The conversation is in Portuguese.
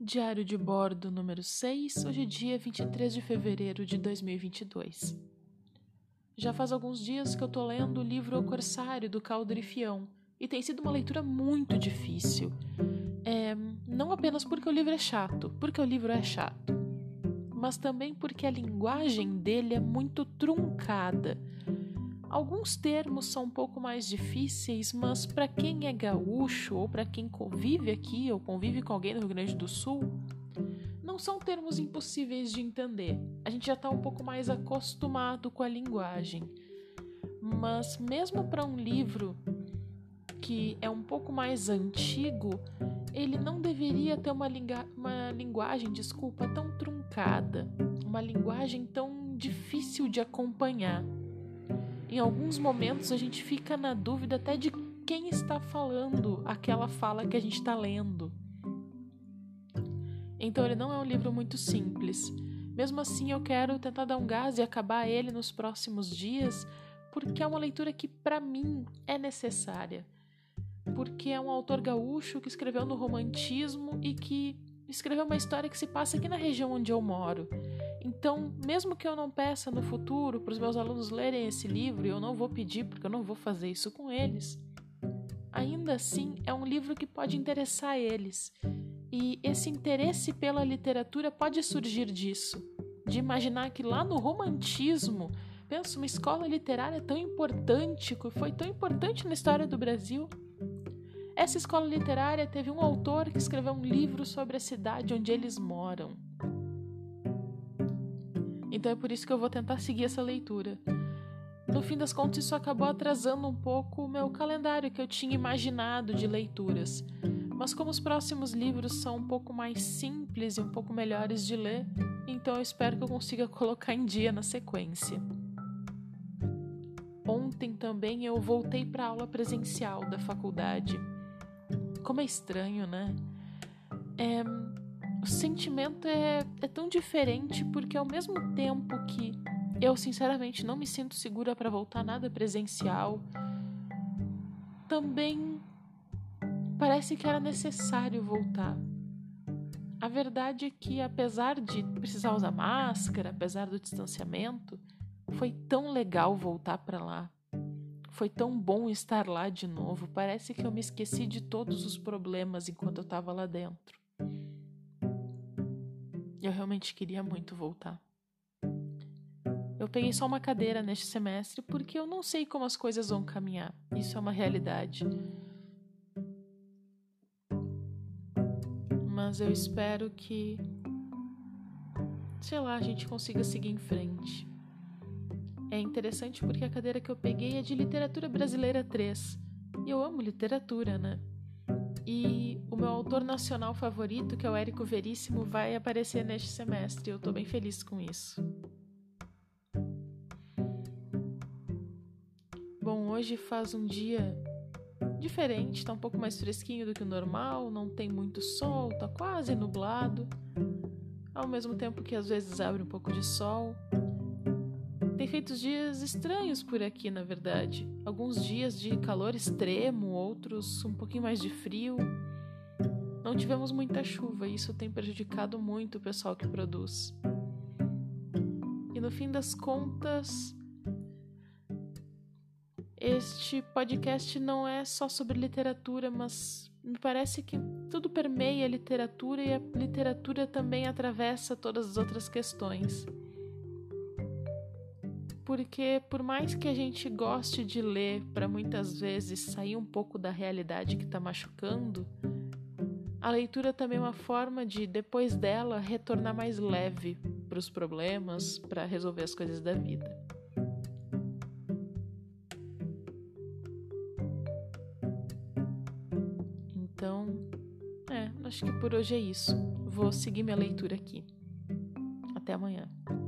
Diário de bordo número 6, hoje é dia 23 de fevereiro de 2022. Já faz alguns dias que eu tô lendo o livro O Corsário, do Calder e Fião, e tem sido uma leitura muito difícil. Não apenas porque o livro é chato, mas também porque a linguagem dele é muito truncada. Alguns termos são um pouco mais difíceis, mas para quem é gaúcho ou para quem convive aqui ou convive com alguém no Rio Grande do Sul, não são termos impossíveis de entender. A gente já está um pouco mais acostumado com a linguagem. Mas mesmo para um livro que é um pouco mais antigo, ele não deveria ter uma linguagem tão truncada, uma linguagem tão difícil de acompanhar. Em alguns momentos a gente fica na dúvida até de quem está falando aquela fala que a gente está lendo. Então ele não é um livro muito simples. Mesmo assim eu quero tentar dar um gás e acabar ele nos próximos dias, porque é uma leitura que para mim é necessária. Porque é um autor gaúcho que escreveu no romantismo e que escreveu uma história que se passa aqui na região onde eu moro. Então, mesmo que eu não peça no futuro para os meus alunos lerem esse livro, e eu não vou pedir porque eu não vou fazer isso com eles, ainda assim é um livro que pode interessar eles. E esse interesse pela literatura pode surgir disso, de imaginar que lá no romantismo, pensa, uma escola literária tão importante, que foi tão importante na história do Brasil. Essa escola literária teve um autor que escreveu um livro sobre a cidade onde eles moram. Então é por isso que eu vou tentar seguir essa leitura. No fim das contas, isso acabou atrasando um pouco o meu calendário que eu tinha imaginado de leituras. Mas como os próximos livros são um pouco mais simples e um pouco melhores de ler, então eu espero que eu consiga colocar em dia na sequência. Ontem também eu voltei para a aula presencial da faculdade. Como é estranho, né? O sentimento é tão diferente porque ao mesmo tempo que eu sinceramente não me sinto segura para voltar nada presencial, também parece que era necessário voltar. A verdade é que apesar de precisar usar máscara, apesar do distanciamento, foi tão legal voltar para lá. Foi tão bom estar lá de novo. Parece que eu me esqueci de todos os problemas enquanto eu estava lá dentro. Eu realmente queria muito voltar. Eu peguei só uma cadeira neste semestre porque eu não sei como as coisas vão caminhar. Isso é uma realidade. Mas eu espero que, a gente consiga seguir em frente. É interessante porque a cadeira que eu peguei é de Literatura Brasileira 3. E eu amo literatura, né? E o meu autor nacional favorito, que é o Érico Veríssimo, vai aparecer neste semestre. Eu tô bem feliz com isso. Bom, hoje faz um dia diferente, tá um pouco mais fresquinho do que o normal, não tem muito sol, tá quase nublado. Ao mesmo tempo que às vezes abre um pouco de sol. Tem feito dias estranhos por aqui, na verdade. Alguns dias de calor extremo, outros um pouquinho mais de frio. Não tivemos muita chuva e isso tem prejudicado muito o pessoal que produz. E no fim das contas, este podcast não é só sobre literatura, mas me parece que tudo permeia a literatura e a literatura também atravessa todas as outras questões. Porque por mais que a gente goste de ler para muitas vezes sair um pouco da realidade que está machucando, a leitura também é uma forma de, depois dela, retornar mais leve para os problemas, para resolver as coisas da vida. Então, acho que por hoje é isso. Vou seguir minha leitura aqui. Até amanhã.